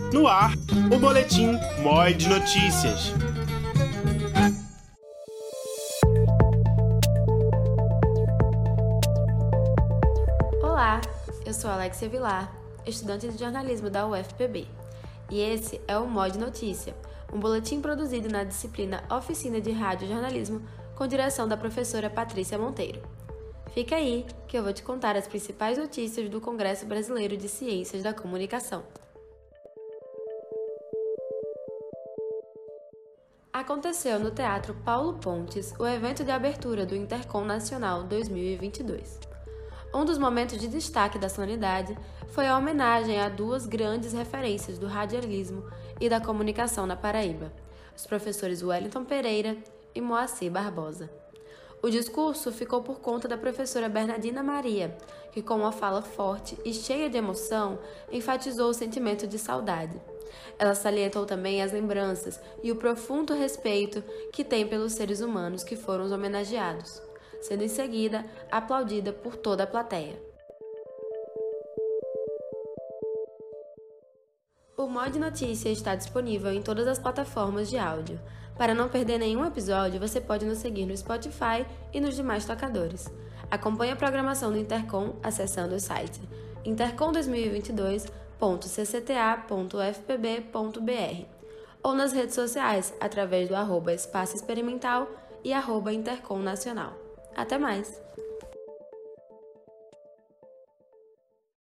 No ar, o boletim MOI de Notícias. Olá, eu sou Alexia Vilar, estudante de jornalismo da UFPB. E esse é o MOI de Notícia, um boletim produzido na disciplina Oficina de Rádio e Jornalismo com direção da professora Patrícia Monteiro. Fica aí que eu vou te contar as principais notícias do Congresso Brasileiro de Ciências da Comunicação. Aconteceu no Teatro Paulo Pontes o evento de abertura do Intercom Nacional 2022. Um dos momentos de destaque da solenidade foi a homenagem a duas grandes referências do radialismo e da comunicação na Paraíba, os professores Wellington Pereira e Moacir Barbosa. O discurso ficou por conta da professora Bernardina Maria, que com uma fala forte e cheia de emoção, enfatizou o sentimento de saudade. Ela salientou também as lembranças e o profundo respeito que tem pelos seres humanos que foram os homenageados, sendo em seguida aplaudida por toda a plateia. O MOI de Notícia está disponível em todas as plataformas de áudio. Para não perder nenhum episódio, você pode nos seguir no Spotify e nos demais tocadores. Acompanhe a programação do Intercom acessando o site intercom2022.ccta.ufpb.br ou nas redes sociais através do @Espaço Experimental e @Intercom Nacional. Até mais!